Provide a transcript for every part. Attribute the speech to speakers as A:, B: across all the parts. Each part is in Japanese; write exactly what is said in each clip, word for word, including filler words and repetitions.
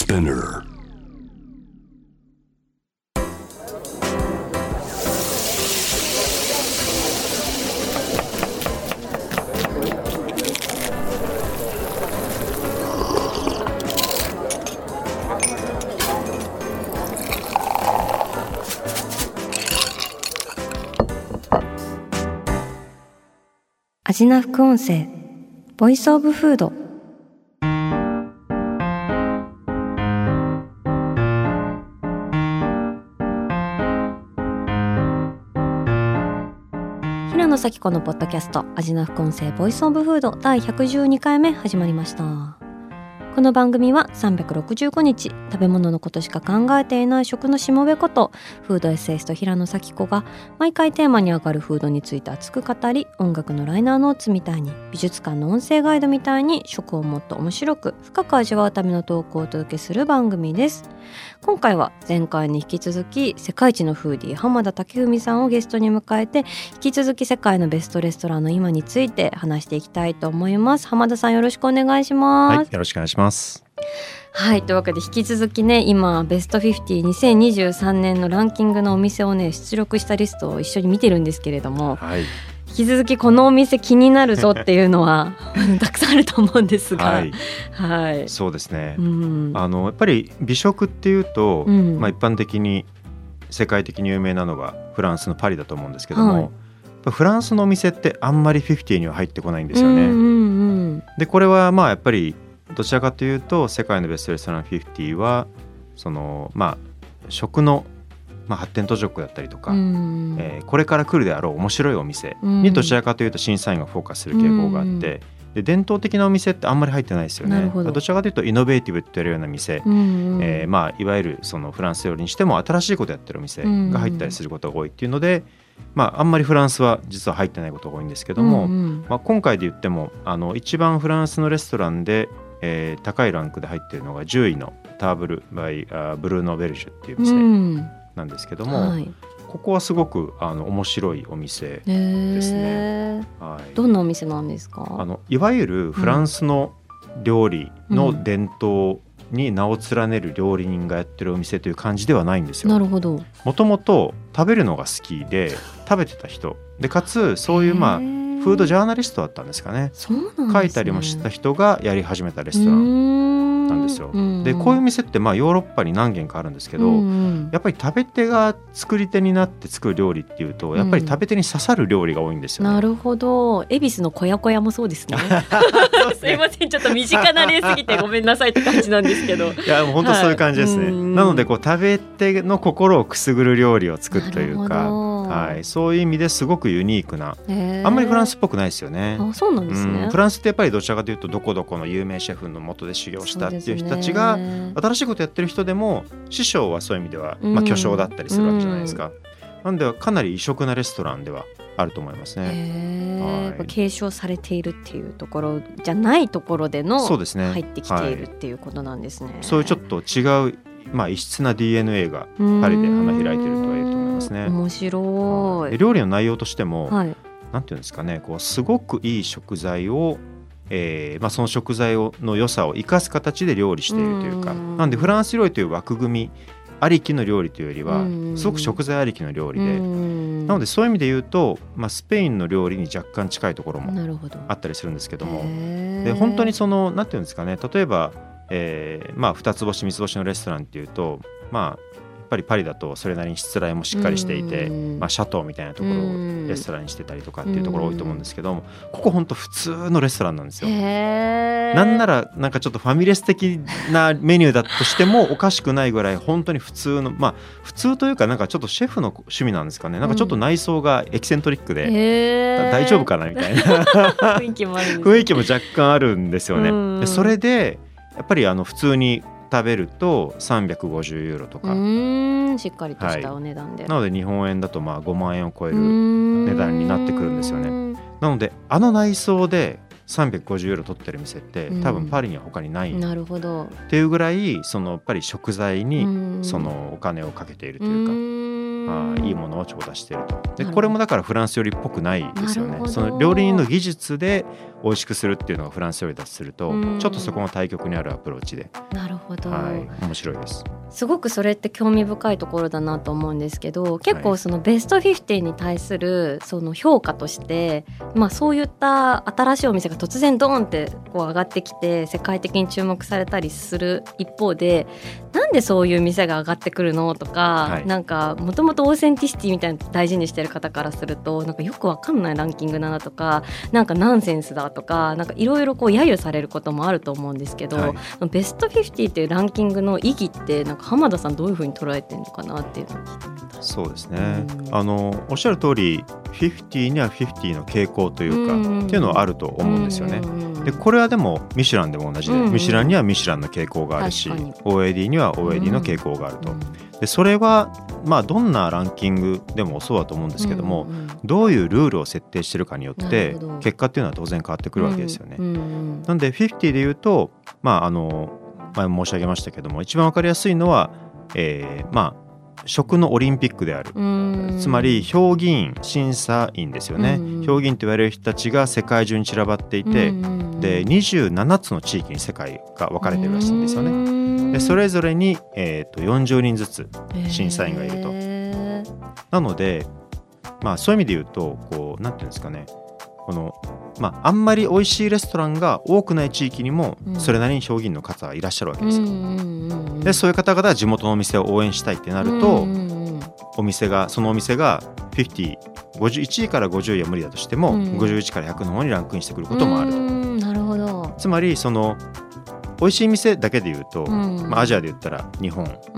A: Spinner。
B: アジナ副音声ボイスオブフード。平野咲子のポッドキャストアジナ副音声ボイスオブフードだいひゃくじゅうにかいめ始まりました。この番組はさんびゃくろくじゅうごにち食べ物のことしか考えていない食のしもべことフードエッセイスト平野咲子が毎回テーマに上がるフードについて熱く語り、音楽のライナーノーツみたいに美術館の音声ガイドみたいに食をもっと面白く深く味わうためのトークをお届けする番組です。今回は前回に引き続き世界一のフーディー浜田武文さんをゲストに迎えて、引き続き世界のベストレストランの今について話していきたいと思います。浜田さん、よろしくお願いします。
C: はい、よろしくお願いします。
B: はい、というわけで引き続きね、今ベストフィフティーにせんにじゅうさんねんのランキングのお店をね出力したリストを一緒に見てるんですけれども、
C: はい、
B: 引き続きこのお店気になるぞっていうのはたくさんあると思うんですが、
C: はい
B: はい、
C: そうですね、
B: うん、
C: あのやっぱり美食っていうと、
B: うん
C: まあ、一般的に世界的に有名なのがフランスのパリだと思うんですけども、
B: はい、
C: フランスのお店ってあんまりフィフティーには入ってこないんですよね、
B: うんうんうん、
C: でこれはまあやっぱりどちらかというと世界のベストレストランフィフティーはそのまあ食のまあ発展途上国だったりとか、
B: うん
C: えーこれから来るであろう面白いお店にどちらかというと審査員がフォーカスする傾向があって、うん、で伝統的なお店ってあんまり入ってないですよね。どちらかというとイノベーティブって言われるような店、うんうんえーまあ、いわゆるそのフランス料理にしても新しいことやってるお店が入ったりすることが多いっていうので、まあ、あんまりフランスは実は入ってないことが多いんですけども、うんうんまあ、今回で言ってもあの一番フランスのレストランでえー、高いランクで入っているのがじゅういのターブルバイあブルーノベルジュっていう店なんですけども、うんはい、ここはすごくあの面白いお店ですね、
B: はい、どんなお店なんですか？
C: あのいわゆるフランスの料理の伝統に名を連ねる料理人がやってるお店という感じではないんですよ。
B: なるほど。
C: もともと食べるのが好きで食べてた人で、かつそういうまあフードジャーナリストだったんですかね。
B: そうなんですね。
C: 書いたりもした人がやり始めたレストランなんですよ。でこういう店ってまあヨーロッパに何軒かあるんですけど、うん、やっぱり食べ手が作り手になって作る料理っていうとやっぱり食べ手に刺さる料理が多いんですよね、
B: うん、なるほど。恵比寿のこやこやもそうですねすいません、ちょっと身近な例すぎてごめんなさいって感じなんですけど
C: いやもう本当そういう感じですね、はい、なのでこう食べ手の心をくすぐる料理を作るというか、はい、そういう意味ですごくユニークな、あんまりフランスっぽくないですよね。
B: あ、そうなんですね、
C: うん、フランスってやっぱりどちらかというとどこどこの有名シェフの下で修行したっていう人たちが、新しいことやってる人でも師匠はそういう意味では、まあ、巨匠だったりするわけじゃないですか、うん、なんでかなり異色なレストランではあると思いますね。
B: はい、継承されているっていうところじゃないところでの
C: そうですね、
B: 入ってきているっていうことなんですね。
C: はい、そういうちょっと違う、まあ、異質な ディーエヌエー がパリで花開いているとは言えると思いますね。
B: 面白い。
C: で料理の内容としても、
B: はい、
C: なんていうんですかね、こうすごくいい食材を、えーまあ、その食材をの良さを生かす形で料理しているというか、なんでフランス料理という枠組みありきの料理というよりはすごく食材ありきの料理で、なのでそういう意味で言うと、まあ、スペインの料理に若干近いところもあったりするんですけども、で本当にそのなんていうんですかね、例えば、えーまあ、二つ星三つ星のレストランっていうと、まあやっぱりパリだとそれなりにしつらいもしっかりしていて、まあ、シャトーみたいなところをレストランにしてたりとかっていうところ多いと思うんですけども、ここ本当普通のレストランなんですよ。なんならなんかちょっとファミレス的なメニューだとしてもおかしくないぐらい本当に普通の、まあ普通というかなんかちょっとシェフの趣味なんですかね、なんかちょっと内装がエキセントリックで、大丈夫かなみたいな
B: 雰囲気もあるんです、ね、
C: 雰囲気も若干あるんですよね。でそれでやっぱりあの普通に食べるとさんびゃくごじゅうユーロとか、
B: うーんしっかりとしたお値段で、
C: はい、なので日本円だとまあごまんえんを超える値段になってくるんですよね。なのであの内装でさんびゃくごじゅうユーロ取ってる店って多分パリには他にない、うん、
B: なるほど
C: っていうぐらいそのやっぱり食材にそのお金をかけているというか、うあいいものを調達していると。でこれもだからフランス料理っぽくないですよね。その料理人の技術で美味しくするっていうのがフランス料理だとするとちょっとそこの対極にあるアプローチで、
B: なるほど、
C: はい、面白いです。
B: すごくそれって興味深いところだなと思うんですけど、結構そのベストフィフティに対するその評価として、まあ、そういった新しいお店が突然ドーンってこう上がってきて世界的に注目されたりする一方で、なんでそういう店が上がってくるのとか、はい、なんかもともとオーセンティシティみたいなの大事にしてる方からするとなんかよくわかんないランキングだなとか、なんかナンセンスだとか、なんかいろいろこう揶揄されることもあると思うんですけど、はい、ベストフィフティっていうランキングの意義ってなんか浜田さんどういうふうに捉えてるのかなっていうのを聞いてみたい。
C: そうですね、あのおっしゃる通りフィフティにはフィフティの傾向というか、うん、っていうのはあると思うんですよね。でこれはでもミシュランでも同じで、うん、ミシュランにはミシュランの傾向があるし オーエーディー には オーエーディー の傾向があると、うん、でそれはまあどんなランキングでもそうだと思うんですけども、うんうん、どういうルールを設定してるかによって結果っていうのは当然変わってくるわけですよね、うんうん、なんでフィフティで言うと、まあ、あの前申し上げましたけども一番わかりやすいのは、えー、まあ食のオリンピックである、つまり評議員審査員ですよね、うんうん、評議員と言われる人たちが世界中に散らばっていて、うんうん、でにじゅうななつの地域に世界が分かれてるらしいんですよね。でそれぞれに、えー、とよんじゅうにんずつ審査員がいると、えー、なので、まあ、そういう意味で言うとこうなんていうんですかね、このまあ、あんまり美味しいレストランが多くない地域にもそれなりに評議員の方はいらっしゃるわけですよ、うんうんうん、でそういう方々が地元のお店を応援したいってなると、うんうんうん、お店がそのお店がごじゅう、ごじゅういちいからごじゅういは無理だとしても、うん、ごじゅういちからひゃくの方にランクインしてくることもあると。
B: うんなるほど。
C: つまりその美味しい店だけで言うと、うんまあ、アジアで言ったら日本、うん、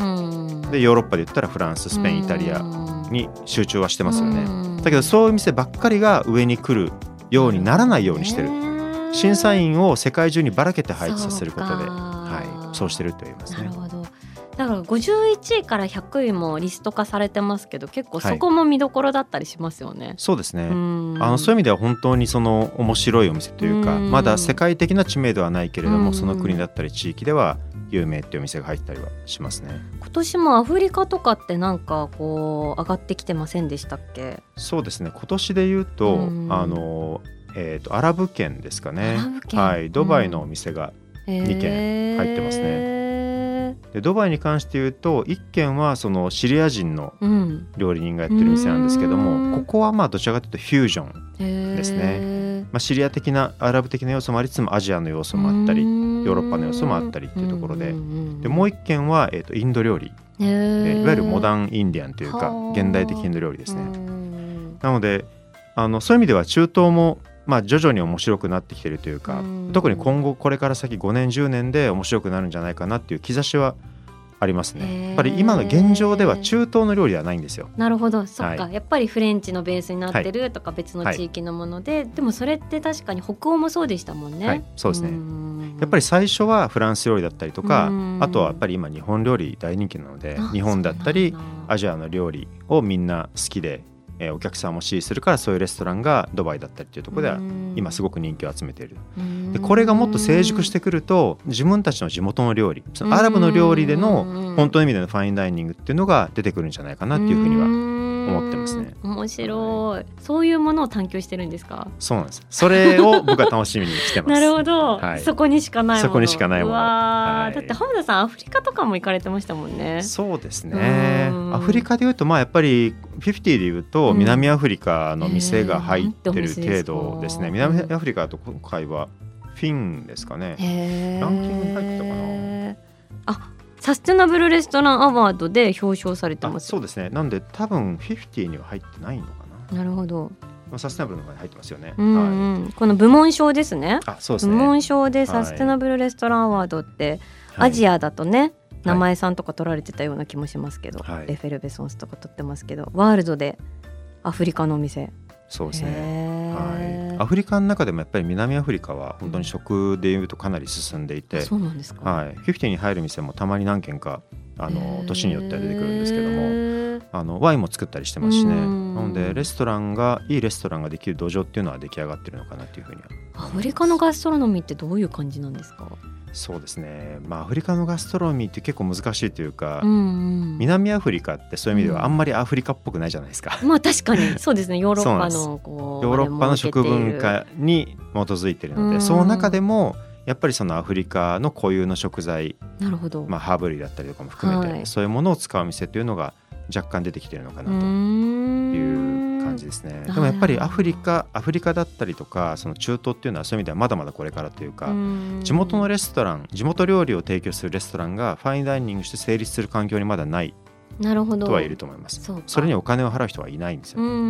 C: でヨーロッパで言ったらフランス、スペイン、イタリアに集中はしてますよね、うん、だけどそういう店ばっかりが上に来るようにならないようにしてる、審査員を世界中にばらけて配置させることで、そう、はい、そうしてると言いますね。なるほど。
B: だからごじゅういちいからひゃくいもリスト化されてますけど、結構そこも見どころだったりしますよね、はい、
C: そうですね。あのそういう意味では本当にその面白いお店というか、まだ世界的な知名度はないけれどもその国だったり地域では有名っていうお店が入ったりはしますね。
B: 今年もアフリカとかってなんかこう上がってきてませんでしたっけ？
C: そうですね、今年で言うと、うあのえー、とアラブ圏ですかね、はい、ドバイのお店がにけん入ってますね、えー、でドバイに関して言うといっけんはそのシリア人の料理人がやってる店なんですけども、うん、ここはまあどちらかというとフュージョンですね、えーまあ、シリア的なアラブ的な要素もありつつもアジアの要素もあったりヨーロッパの要素もあったりっていうところで、でもういっけんは、えー、とインド料理、えー、いわゆるモダンインディアンというか現代的インド料理ですね。なのであのそういう意味では中東もまあ、徐々に面白くなってきているというか、う特に今後これから先ごねんじゅうねんで面白くなるんじゃないかなっていう兆しはありますね。やっぱり今の現状では中東の料理ではないんですよ。な
B: るほど、そっか、はい、やっぱりフレンチのベースになってるとか別の地域のもので、はい、でもそれって確かに北欧もそうでしたもんね、
C: はい、そうですね。やっぱり最初はフランス料理だったりとか、あとはやっぱり今日本料理大人気なので日本だったりアジアの料理をみんな好きでえー、お客さんも支持するからそういうレストランがドバイだったりっていうところでは今すごく人気を集めている。でこれがもっと成熟してくると自分たちの地元の料理、そのアラブの料理での本当の意味でのファインダイニングっていうのが出てくるんじゃないかなっていうふうには思ってますね。
B: 面白い。そういうものを探求してるんですか？
C: そうなんです。それを僕は楽しみにしてます。
B: なるほど、はい、そこにしかないもの。
C: そこにしかないもの。
B: はい、だって浜田さんアフリカとかも行かれてましたもんね。
C: そうですね。アフリカでいうとまあやっぱりフィフティでいうと南アフリカの店が入ってる程度ですね、うんえー、南アフリカだと今回はフィンですかね、えー、ランキングに入ってたかな。
B: あ、サステナブルレストランアワードで表彰されてます。
C: そうですね。なんで多分フィフティには入ってないのかな。
B: なるほど。
C: サステナブルの方に入ってますよね、
B: うんうんはい、この部門賞ですね。
C: あ、そうですね。
B: 部門賞でサステナブルレストランアワードって、はい、アジアだとね名前さんとか取られてたような気もしますけど、はい、エフェルベソンスとか取ってますけど、ワールドでアフリカのお店。
C: そうですね、はい、アフリカの中でもやっぱり南アフリカは本当に食でいうとかなり進んでいて、うん、
B: そうなんですか、
C: はい、フィフティに入る店もたまに何軒かあの年によっては出てくるんですけども、あのワインも作ったりしてますしね。なのでレストランがいいレストランができる土壌っていうのは出来上がってるのかなっていうふうには。
B: アフリカのガストロノミーってどういう感じなんですか？
C: そうですね、まあ、アフリカのガストロノミーって結構難しいというか、
B: うんうん、
C: 南アフリカってそういう意味ではあんまりアフリカっぽくないじゃないですか、
B: うん、まあ確かにそうですね。ヨーロッパ
C: そう
B: のこう
C: ヨーロッパの食文化に基づいているので、うん、その中でもやっぱりそのアフリカの固有の食材、
B: なるほど、
C: まあ、ハーブ類だったりとかも含めて、はい、そういうものを使う店というのが若干出てきているのかなという感じですね。でもやっぱりアフリカアフリカだったりとかその中東っていうのはそういう意味ではまだまだこれからというか、地元のレストラン地元料理を提供するレストランがファインダイニングして成立する環境にまだない
B: なるほど
C: とはいると思います。 そ, それにお金を払う人はいないんですよ、ね。
B: うん、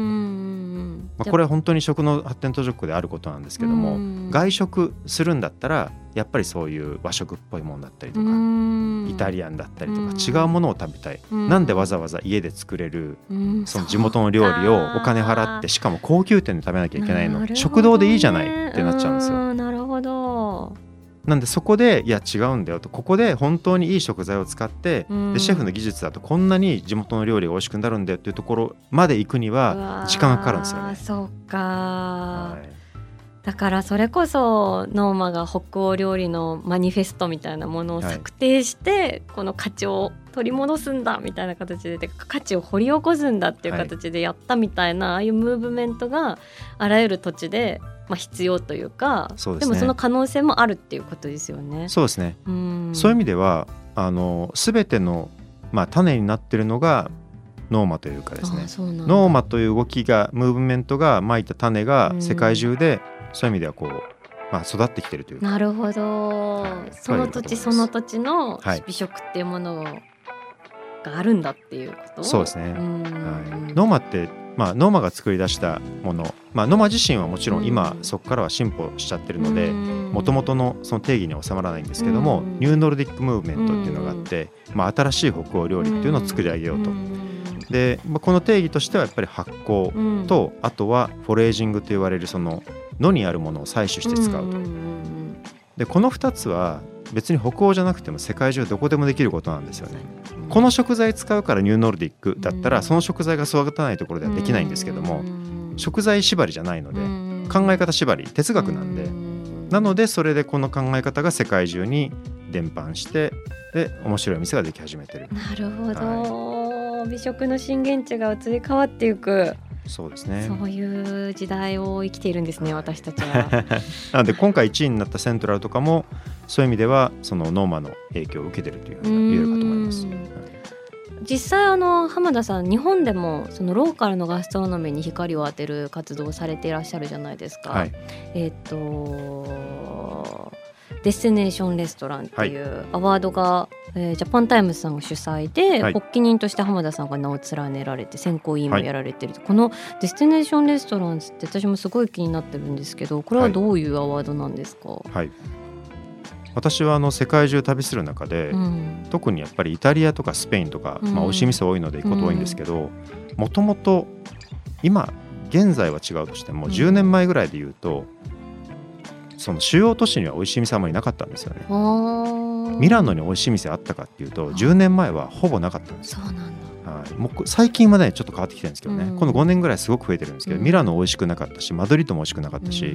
C: まあ、これは本当に食の発展途上国であることなんですけども、外食するんだったらやっぱりそういう和食っぽいものだったりとかイタリアンだったりとか違うものを食べたい。なんでわざわざ家で作れるその地元の料理をお金払ってしかも高級店で食べなきゃいけないの、ね、食堂でいいじゃないってなっちゃうんですよ。
B: なるほど。
C: なんでそこでいや違うんだよと、ここで本当にいい食材を使って、うん、でシェフの技術だとこんなに地元の料理が美味しくなるんだよっていうところまで行くには時間がかかるんですよね。
B: そうか、
C: はい、
B: だからそれこそノーマが北欧料理のマニフェストみたいなものを策定して、はい、この価値を取り戻すんだみたいな形で価値を掘り起こすんだっていう形でやったみたいな、はい、ああいうムーブメントがあらゆる土地でまあ、必要というか、そうですね、でもその可能性もあるっていうことですよね。
C: そうですね、うん、そういう意味ではあの全ての、まあ、種になっているのがノーマというかですね、ノーマという動きがムーブメントがまいた種が世界中で、うん、そういう意味ではこう、まあ、育ってきてるというか。
B: なるほど、はい、その土地その土地の美食っていうものがあるんだっていうこと、はい、
C: そうですね、うん、はい、ノーマってまあ、ノーマが作り出したもの、まあ、ノーマ自身はもちろん今そこからは進歩しちゃってるのでもともとのその定義には収まらないんですけども、ニューノルディックムーブメントっていうのがあって、まあ、新しい北欧料理っていうのを作り上げようと。で、まあ、この定義としてはやっぱり発酵とあとはフォレージングと言われるその野にあるものを採取して使うと。でこのふたつは別に北欧じゃなくても世界中どこでもできることなんですよね。この食材使うからニューノルディックだったらその食材が育たないところではできないんですけども、食材縛りじゃないので考え方縛り哲学なんで、なのでそれでこの考え方が世界中に伝播してで面白い店ができ始めてる。
B: なるほど、はい、美食の震源地が移り変わっていく。
C: そうですね、
B: そういう時代を生きているんですね、私たちは。
C: なので今回いちいになったセントラルとかもそういう意味ではそのノーマの影響を受けているというふうに言えるかと思います。
B: 実際あの浜田さん、日本でもそのローカルのガストロノミーに光を当てる活動をされていらっしゃるじゃないですか、はい、えっとデスティネーションレストランっていうアワードが、はい、えー、ジャパンタイムズさんが主催で、はい、発起人として浜田さんが名を連ねられて選考委員もやられてる、はい、このデスティネーションレストランって私もすごい気になってるんですけど、これはどういうアワードなんですか？はいはい、
C: 私はあの世界中旅する中で、うん、特にやっぱりイタリアとかスペインとか、うん、まあ、美味しい店多いので行くこと多いんですけど、もともと今現在は違うとしてもじゅうねんまえぐらいで言うと、うん、その主要都市には美味しい店あんまりなかったんですよね。ミラノに美味しい店あったかっていうとじゅうねんまえはほぼなかったんですよ。そうなんだ、はい、もう最近はねちょっと変わってきてるんですけどね、うん、このごねんぐらいすごく増えてるんですけど、うん、ミラノ美味しくなかったしマドリードも美味しくなかったし、うん、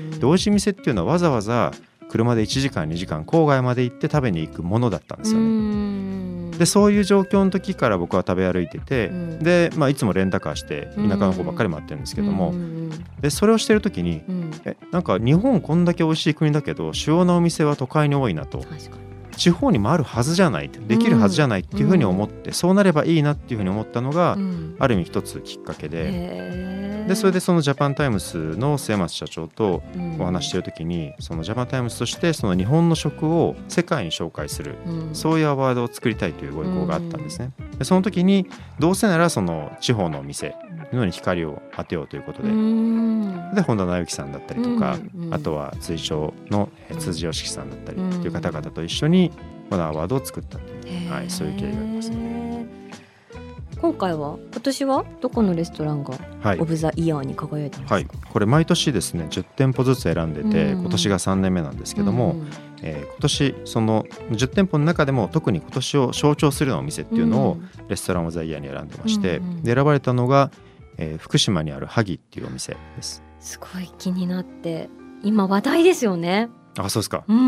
C: で美味しい店っていうのはわざわざ車でいちじかんにじかん郊外まで行って食べに行くものだったんですよね。でそういう状況の時から僕は食べ歩いてて、うん、で、まあ、いつもレンタカーして田舎の方ばっかり回ってるんですけども、うん、でそれをしてる時に、うん、えなんか日本こんだけ美味しい国だけど主要なお店は都会に多いなと、地方にもあるはずじゃない、できるはずじゃないっていうふうに思って、うん、そうなればいいなっていうふうに思ったのが、うん、ある意味一つきっかけで、でそれでそのジャパンタイムスの末松社長とお話している時に、うん、そのジャパンタイムスとしてその日本の食を世界に紹介する、うん、そういうアワードを作りたいというご意向があったんですね。でその時にどうせならその地方のお店のに光を当てようということで、うん、で本田直之さんだったりとか、うん、あとは追長の辻義樹さんだったりという方々と一緒にこのアワードを作ったという、はい、そういう経緯がありますね。
B: 今回は今年はどこのレストランがオブザイヤーに輝いてますか？はい、
C: これ毎年ですねじゅってんぽずつ選んでて、うん、今年がさんねんめなんですけども、うん、えー、今年そのじゅってんぽの中でも特に今年を象徴するようなお店っていうのをレストランオブザイヤーに選んでまして、うん、で選ばれたのが、えー、福島にある萩っていうお店です。
B: すごい気になって、今話題ですよね。
C: あ、そうですか。
B: うん、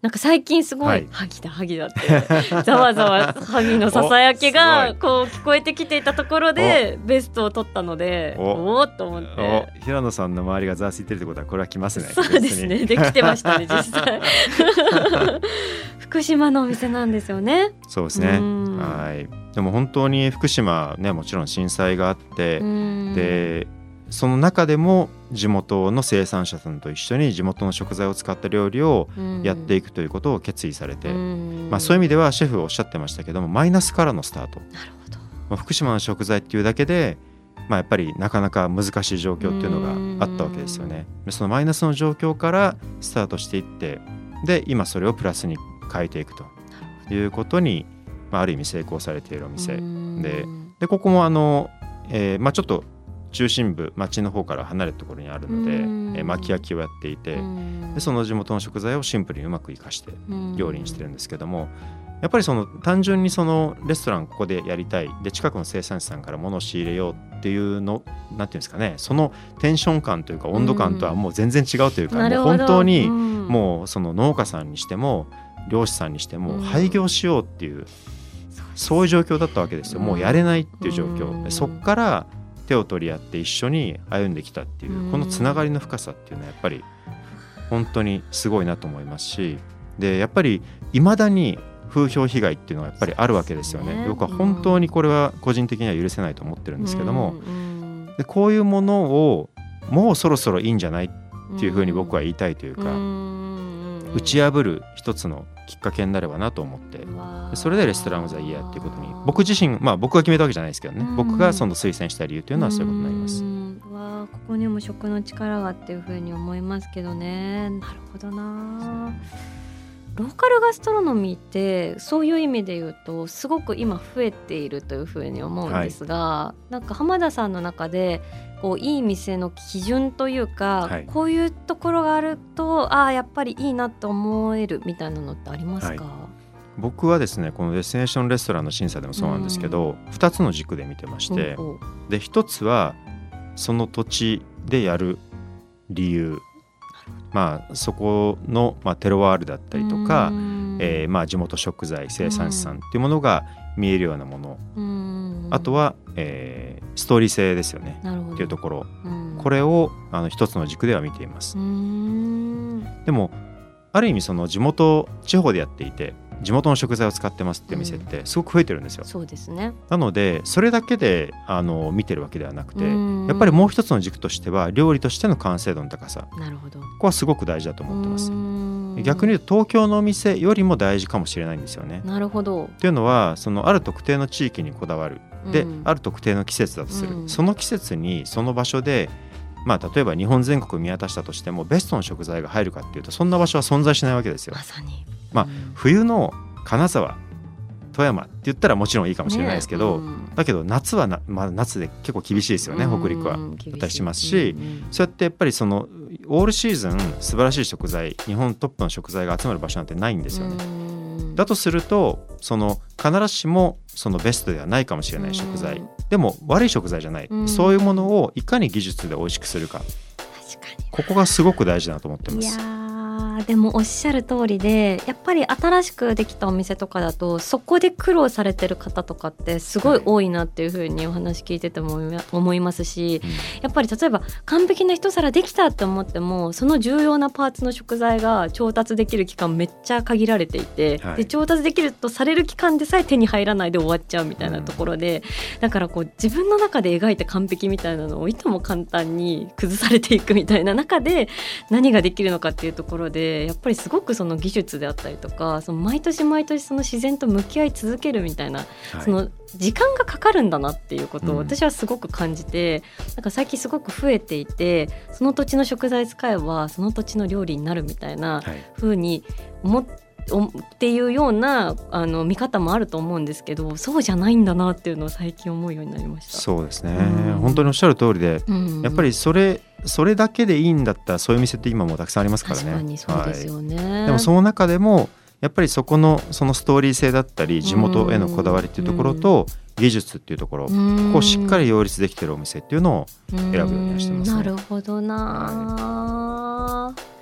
B: なんか最近すごい、はい、萩だ萩だってざわざわ萩のささやきがこう聞こえてきていたところでベストを取ったので、おおーっと思って、
C: 平野さんの周りがざわついてるってことはこれは来ますね。
B: そうですね、できてましたね実際福島のお店なんですよね。
C: そうですね、はい。でも本当に福島ね、もちろん震災があって、でその中でも地元の生産者さんと一緒に地元の食材を使った料理をやっていくということを決意されて、まあ、そういう意味ではシェフおっしゃってましたけども、マイナスからのスタート。
B: なるほど。
C: まあ、福島の食材っていうだけで、まあ、やっぱりなかなか難しい状況っていうのがあったわけですよね。そのマイナスの状況からスタートしていって、で今それをプラスに変えていくということに、まあ、ある意味成功されているお店で、でここもあの、えーまあ、ちょっと中心部町の方から離れたところにあるので、え巻き焼きをやっていて、でその地元の食材をシンプルにうまく生かして料理にしてるんですけども、やっぱりその単純にそのレストランここでやりたいで近くの生産者さんから物を仕入れようっていうのなんていうんですかね、そのテンション感というか温度感とはもう全然違うというか、もう本当にもうその農家さんにしても漁師さんにしても廃業しようっていう、そういう状況だったわけですよ。もうやれないっていう状況で、そこから手を取り合って一緒に歩んできたっていうこのつながりの深さっていうのはやっぱり本当にすごいなと思いますし、でやっぱり未だに風評被害っていうのはやっぱりあるわけですよね。僕は本当にこれは個人的には許せないと思ってるんですけども、でこういうものをもうそろそろいいんじゃないっていうふうに僕は言いたいというか、打ち破る一つのきっかけになればなと思って、それでレストランオブザイヤーっていうことに僕自身、まあ僕が決めたわけじゃないですけどね、僕がその推薦した理由というのはそういうことになります。
B: わここにも食の力がっていうふうに思いますけどね。なるほどな。ローカルガストロノミーってそういう意味で言うとすごく今増えているというふうに思うんですが、はい、なんか浜田さんの中でこういい店の基準というか、はい、こういうところがあるとああやっぱりいいなと思えるみたいなのってありますか？はい、
C: 僕はですね、このデスティネーションレストランの審査でもそうなんですけど、ふたつの軸で見てまして、うん、でひとつはその土地でやる理由、まあ、そこの、まあ、テロワールだったりとか、えーまあ、地元食材生産者さんっていうものが見えるようなもの、あとは、えー、ストーリー性ですよねっていうところ、これをあの一つの軸では見ています。でもある意味その地元地方でやっていて地元の食材を使ってますっていう店ってすごく増えてるんですよ。
B: うん、そうですね。
C: なのでそれだけであの見てるわけではなくて、やっぱりもう一つの軸としては料理としての完成度の高さ。
B: なるほど。
C: ここはすごく大事だと思ってます。逆に言うと東京のお店よりも大事かもしれないんですよね。
B: なるほど。
C: っていうのはそのある特定の地域にこだわる。で、うん、ある特定の季節だとする、うん、その季節にその場所でまあ、例えば日本全国見渡したとしてもベストの食材が入るかっていうとそんな場所は存在しないわけですよ。
B: まさに、うん
C: まあ、冬の金沢富山って言ったらもちろんいいかもしれないですけど、ねうん、だけど夏はな、まあ、夏で結構厳しいですよね、うん、北陸はだったりしますし、うん、そうやってやっぱりそのオールシーズン素晴らしい食材日本トップの食材が集まる場所なんてないんですよね、うん、だとするとその必ずしもそのベストではないかもしれない食材、うん、でも悪い食材じゃない、うん、そういうものをいかに技術で美味しくするか、確かにここがすごく大事だと思ってます。
B: いやでもおっしゃる通りでやっぱり新しくできたお店とかだとそこで苦労されてる方とかってすごい多いなっていう風にお話聞いてても思いますし、うん、やっぱり例えば完璧な一皿できたって思ってもその重要なパーツの食材が調達できる期間めっちゃ限られていて、はい、で調達できるとされる期間でさえ手に入らないで終わっちゃうみたいなところで、うん、だからこう自分の中で描いた完璧みたいなのをいとも簡単に崩されていくみたいな中で何ができるのかっていうところでやっぱりすごくその技術であったりとかその毎年毎年その自然と向き合い続けるみたいな、はい、その時間がかかるんだなっていうことを私はすごく感じて、うん、なんか最近すごく増えていてその土地の食材使えばその土地の料理になるみたいな風に思ってっていうようなあの見方もあると思うんですけどそうじゃないんだなっていうのを最近思うようになりました。
C: そうですね、うん、本当におっしゃる通りで、うん、やっぱりそれそれだけでいいんだったらそういう店って今もたくさんありますからね。
B: 確かにそうですよね、
C: はい、でもその中でもやっぱりそこのそのストーリー性だったり地元へのこだわりっていうところと技術っていうところ、うん、こうしっかり両立できてるお店っていうのを選ぶようにしてますね。
B: なるほどな、はい。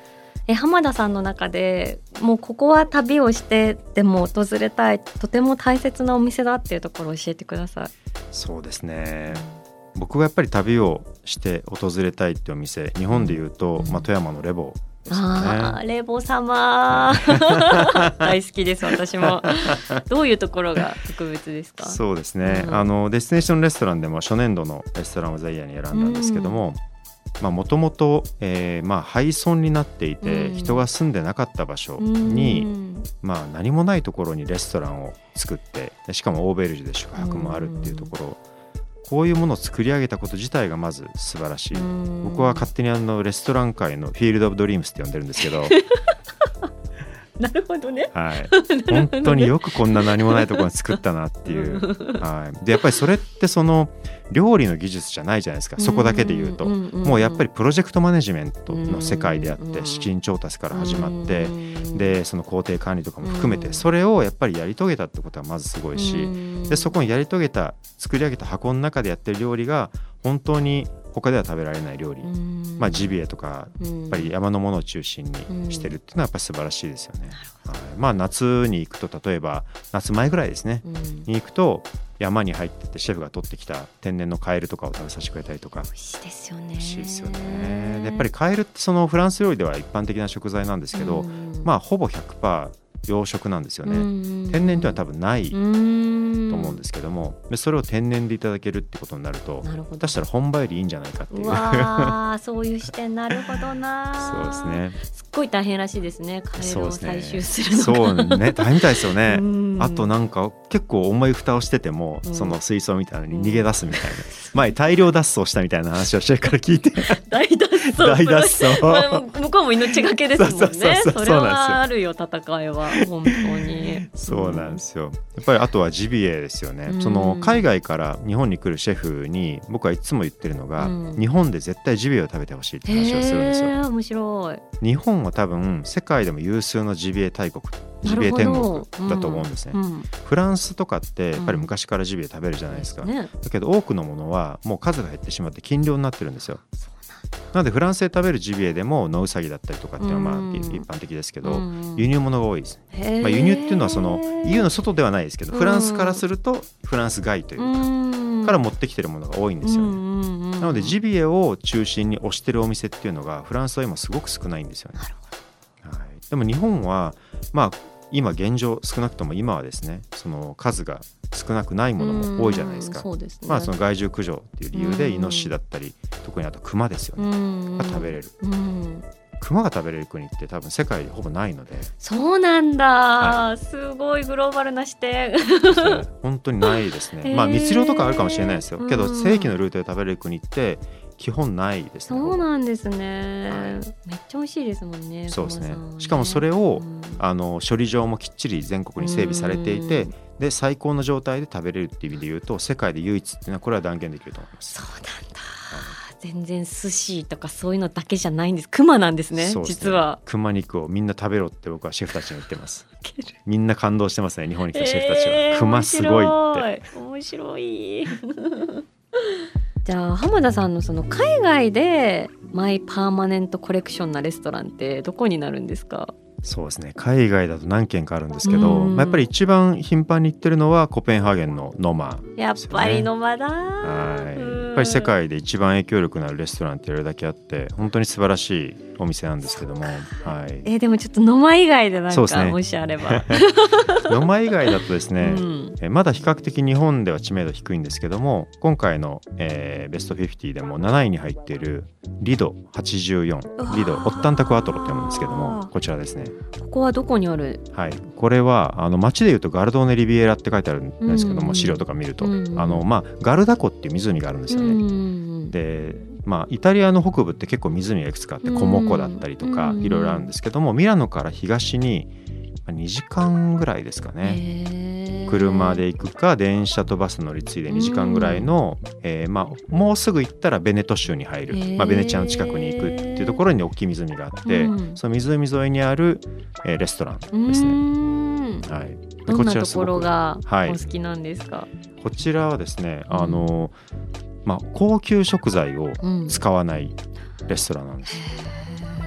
B: え浜田さんの中でもうここは旅をしてでも訪れたいとても大切なお店だっていうところを教えてください。
C: そうですね、僕がやっぱり旅をして訪れたいってお店、日本でいうと、まあ、富山のレボですよね。
B: あレボ様大好きです私も。どういうところが特別ですか？
C: そうですね、
B: うん、
C: あのデスティネーションレストランでも初年度のレストランオブザイヤーに選んだんですけども、もともと廃村になっていて、うん、人が住んでなかった場所に、うんまあ、何もないところにレストランを作って、しかもオーベルジュで宿泊もあるっていうところ、うんこういうものを作り上げたこと自体がまず素晴らしい。僕は勝手にあのレストラン界のフィールドオブドリームスって呼んでるんですけど
B: なるほどね、
C: はい、本当によくこんな何もないところに作ったなっていう、はい、でやっぱりそれってその料理の技術じゃないじゃないですか。そこだけで言うと、もうやっぱりプロジェクトマネジメントの世界であって、資金調達から始まって、でその工程管理とかも含めてそれをやっぱりやり遂げたってことはまずすごいし、でそこにやり遂げた作り上げた箱の中でやってる料理が本当に他では食べられない料理、まあ、ジビエとかやっぱり山のものを中心にしてるっていうのはやっぱり素晴らしいですよね。はい、まあ夏に行くと、例えば夏前ぐらいですね、に行くと山に入っててシェフが取ってきた天然のカエルとかを食べさせてくれたりとか。
B: 美味しいですよね。
C: 美味しいですよね。でやっぱりカエルってそのフランス料理では一般的な食材なんですけど、まあほぼ ひゃくパーセント養殖なんですよね。天然では多分ないと思うんですけども、でそれを天然でいただけるってことになると、下手したら本場よりいいんじゃないかっていう。
B: うわそういう視点、なるほどな。
C: そうですね。
B: すっごい大変らしいですね、カエルを採集するのが。
C: そうね、大変みたいですよね。あとなんか結構重い蓋をしてても、その水槽みたいなのに逃げ出すみたいな、うん、前大量脱走したみたいな話をしてるから聞いて
B: 大脱走
C: 大脱走、ま
B: あ、向こうも命がけですもんね。
C: そうそうそうそう、
B: それはあるよ、戦いは本当に。
C: そうなんですよ。やっぱりあとはジビエですよね。うん、その海外から日本に来るシェフに僕はいつも言ってるのが、うん、日本で絶対ジビエを食べてほしいって話をするんですよ。
B: へー、面白い。
C: 日本は多分世界でも有数のジビエ大国、ジビエ天国だと思うんですね。うんうん、フランスとかってやっぱり昔からジビエ食べるじゃないですか。うんね、だけど多くのものはもう数が減ってしまって禁漁になってるんですよ。なのでフランスで食べるジビエでもノウサギだったりとかっていうのはまあ一般的ですけど、輸入物が多いです。まあ、輸入っていうのはその イーユー の外ではないですけど、フランスからするとフランス外というかから持ってきてるものが多いんですよね。なのでジビエを中心に推してるお店っていうのがフランスは今すごく少ないんですよね。はい、でも日本はまあ今現状少なくとも今はですね、その数が少なくないものも多いじゃないですか。そうですね。まあその害獣駆除っていう理由でイノシシだったり、特にあとクマですよねが食べれる。クマが食べれる国って多分世界でほぼないので。そうなんだ、はい、すごいグローバルな視点本当にないですね。まあ密漁とかあるかもしれないですよけど、正規のルートで食べれる国って基本ないですね。そうなんですね、はい、めっちゃ美味しいですもんね。そうですね。しかもそれを、うん、あの処理場もきっちり全国に整備されていて、で最高の状態で食べれるっていう意味で言うと世界で唯一っていうのはこれは断言できると思います。そうなんだ、はい、全然寿司とかそういうのだけじゃないんです。クマなんですね。そうですね、実はクマ肉をみんな食べろって僕はシェフたちに言ってます。みんな感動してますね、日本に来たシェフたちは、えー、クマすごいって面白いじゃあ浜田さんのその海外でマイパーマネントコレクションなレストランってどこになるんですか？そうですね、海外だと何軒かあるんですけど、まあ、やっぱり一番頻繁に行ってるのはコペンハーゲンのノマ、ね、やっぱりノマだ。はい、やっぱり世界で一番影響力のあるレストランってやるだけあって本当に素晴らしいお店なんですけども、はい、えー、でもちょっとノマ以外でなんか、ね、もしあればノマ以外だとですね、うん、えまだ比較的日本では知名度低いんですけども、今回の、えー、ベストごじゅうでもなないに入っているリドはちじゅうよん、リドオッタンタクアトロって読むんですけども、こちらですね。ここはどこにある？はい、これはあの街でいうとガルドーネリビエラって書いてあるんですけども、うん、資料とか見ると、うん、あのまあ、ガルダ湖っていう湖があるんですよね。うん、でまあ、イタリアの北部って結構湖がいくつかあってコモ湖だったりとかいろいろあるんですけども、ミラノから東ににじかんぐらいですかね、車で行くか電車とバス乗り継いでにじかんぐらいの、えーまあ、もうすぐ行ったらベネト州に入る、まあ、ベネチアの近くに行くっていうところに大きい湖があって、うん、その湖沿いにある、えー、レストランですね。はい、でどんなところがお好きなんですか？はい、こちらはですね、あの、まあ、高級食材を使わないレストランなんです。うん、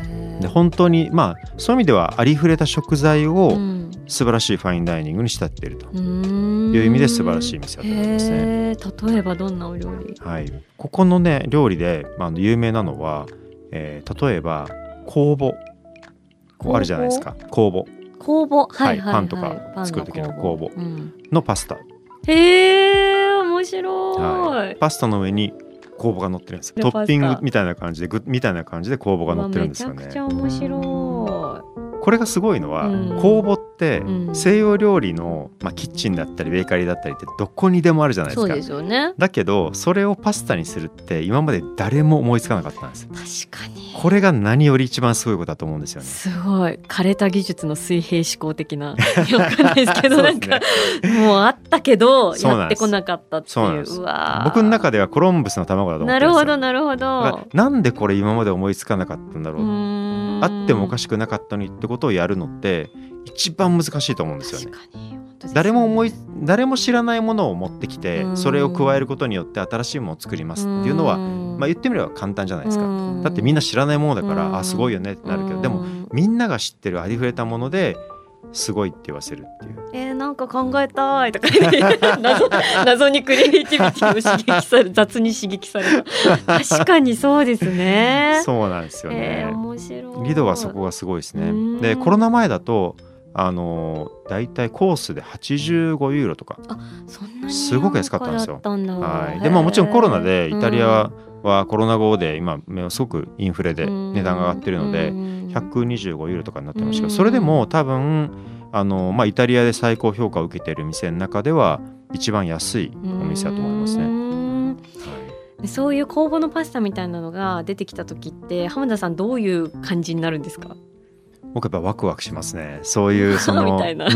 C: で本当にまあそういう意味ではありふれた食材を素晴らしいファインダイニングに仕立てているという意味で素晴らしい店だと思いますね。
B: へー、例えばどんなお料理？
C: はい、ここのね料理で、まあ、有名なのは、えー、例えば酵母あるじゃないですか。酵母
B: 酵母、はいはいはい、
C: パンとか作る時の酵母のパスタ、
B: うん、へー面白い、
C: はい、パスタの上に酵母が乗ってるんですよ。トッピングみたいな感じでグみたいな感じで酵母が乗ってるんですよね。
B: めちゃくちゃ面白い。
C: これがすごいのは、うん、酵母って西洋料理の、まあ、キッチンだったりベーカリーだったりってどこにでもあるじゃないですか。
B: そうですよね。
C: だけどそれをパスタにするって今まで誰も思いつかなかったんですよ。
B: 確かに
C: これが何より一番すごいことだと思うんですよね。
B: すごい枯れた技術の水平思考的なよくないですけどなんかもうあったけどやってこなかったっていう。
C: そうなんです。
B: うわ
C: 僕の中ではコロンブスの卵だと思ってるんですよ。
B: なるほどなるほど。
C: なんでこれ今まで思いつかなかったんだろう、うあってもおかしくなかったのにってことをやるのって一番難しいと思うんですよね。
B: 確かに
C: 誰も思い誰も知らないものを持ってきてそれを加えることによって新しいものを作りますっていうのは、まあ、言ってみれば簡単じゃないですか。だってみんな知らないものだからあすごいよねってなるけど、でもみんなが知ってるありふれたものですごいって言わせるっていう。
B: えー、なんか考えたいとか謎, 謎にクリエイティビティを刺激され雑に刺激された。確かにそうですね。
C: そうなんですよね、
B: えー、面白い。
C: リドはそこがすごいですね。でコロナ前だとあのだいたいコースではちじゅうごユーロとか、
B: あそんなに
C: すごく安かったんですよ。
B: はい、
C: でももちろんコロナでイタリアはコロナ後で今すごくインフレで値段が上がってるのでひゃくにじゅうごユーロとかになってましたけど、それでも多分あの、まあ、イタリアで最高評価を受けている店の中では一番安いお店だと思いますね。
B: はい、そういう酵母のパスタみたいなのが出てきた時って浜田さんどういう感じになるんですか？
C: 僕やっぱワクワクしますね。そういうその
B: みたいな、
C: うん、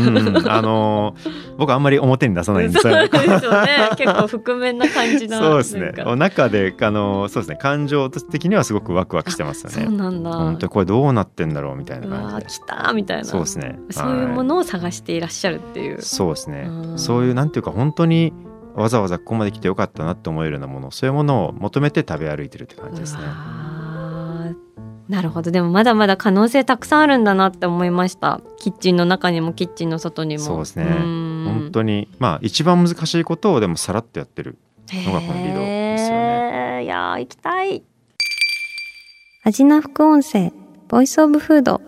C: あの僕あんまり表に出さないんですよね。
B: そうですよね。結構覆面な感じな。
C: そうですね。中であのそうですね感情的にはすごくワクワクしてますよね。
B: そうなんだ。
C: 本当にこれどうなってんだろうみたいな感じで。
B: うわ来たみたいな。
C: そうですね。
B: そういうものを探していらっしゃるっていう。
C: そうですね。そういうなんていうか本当にわざわざここまで来てよかったなって思えるようなもの、そういうものを求めて食べ歩いてるって感じですね。
B: なるほど。でもまだまだ可能性たくさんあるんだなって思いました。キッチンの中にもキッチンの外にも。
C: そうですね。本当にまあ一番難しいことをでもさらっとやってるのがこのリドですよね。
B: いやー行きたい。アジナ副音声ボイスオブフード。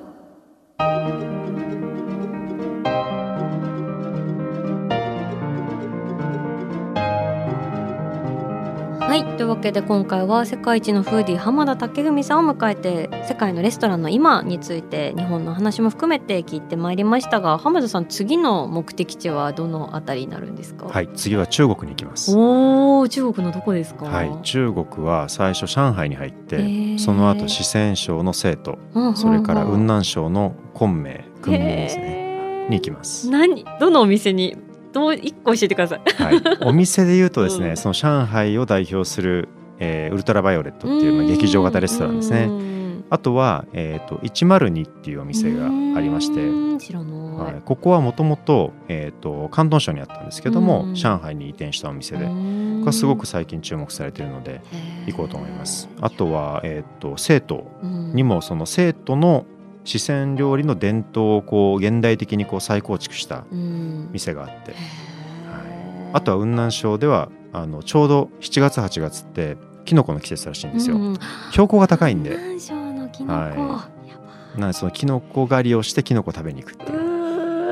B: はい、というわけで今回は世界一のフーディー浜田武文さんを迎えて世界のレストランの今について日本の話も含めて聞いてまいりましたが、浜田さん次の目的地はどのあたりになるんですか？
C: はい、次は中国に行きます。
B: おー、中国のどこですか？
C: はい、中国は最初上海に入ってその後四川省の成都、それから雲南省の昆明、昆明ですねに行きます。
B: 何どのお店にどう一個教えてください。
C: はい、お店で言うとですね、うん、その上海を代表する、えー、ウルトラバイオレットっていう、まあ、劇場型レストランですね。あとは、えー、といちまるにっていうお店がありまして、
B: 知らない、
C: はい、ここはもともと広東省にあったんですけども上海に移転したお店で、ここはすごく最近注目されているので行こうと思います。あとは、えー、と成都にもその成都の四川料理の伝統をこう現代的にこう再構築した店があって、はい、あとは雲南省ではあのちょうどしちがつはちがつってキノコの季節らしいんですよ、うん、標高が高いんで雲
B: 南省のキノコ、
C: はい、なのでそのキノコ狩りをしてキノコ食べに行くっていう。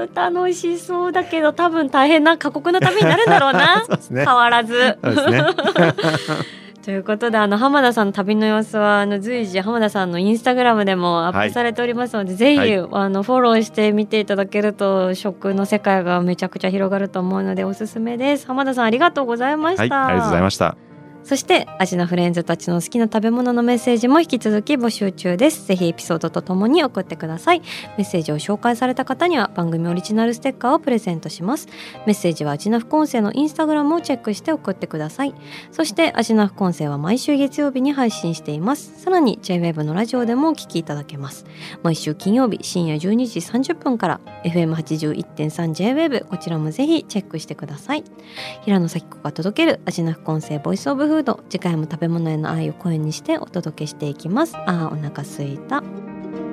B: う楽しそうだけど多分大変な過酷な旅になるんだろうな。そうですね、変わらずそうですねということであの浜田さんの旅の様子はあの随時浜田さんのインスタグラムでもアップされておりますので、はい、ぜひ、はい、あのフォローしてみていただけると食の世界がめちゃくちゃ広がると思うのでおすすめです。浜田さんありがとうございました。
C: はい、ありがとうございました。
B: そしてアジナフレンズたちの好きな食べ物のメッセージも引き続き募集中です。ぜひエピソードとともに送ってください。メッセージを紹介された方には番組オリジナルステッカーをプレゼントします。メッセージはアジナ副音声のインスタグラムをチェックして送ってください。そしてアジナ副音声は毎週月曜日に配信しています。さらに ジェイウェーブ のラジオでもお聞きいただけます。毎週金曜日深夜じゅうにじさんじゅっぷんから エフエムはちじゅういってんさん ジェイウェーブ こちらもぜひチェックしてください。平野咲子が届けるアジナ副音声ボイスオブフード、次回も食べ物への愛を声にしてお届けしていきます。あーお腹すいた。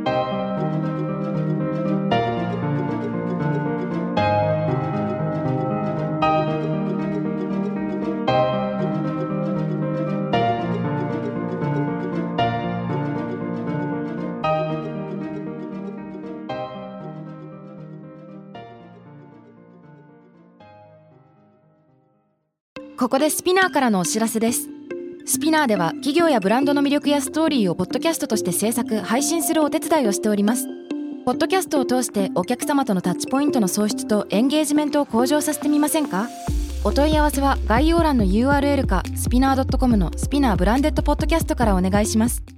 A: ここでスピナーからのお知らせです。スピナーでは企業やブランドの魅力やストーリーをポッドキャストとして制作・配信するお手伝いをしております。ポッドキャストを通してお客様とのタッチポイントの創出とエンゲージメントを向上させてみませんか？お問い合わせは概要欄の ユーアールエル かスピナー ドットコム のスピナーブランデッドポッドキャストからお願いします。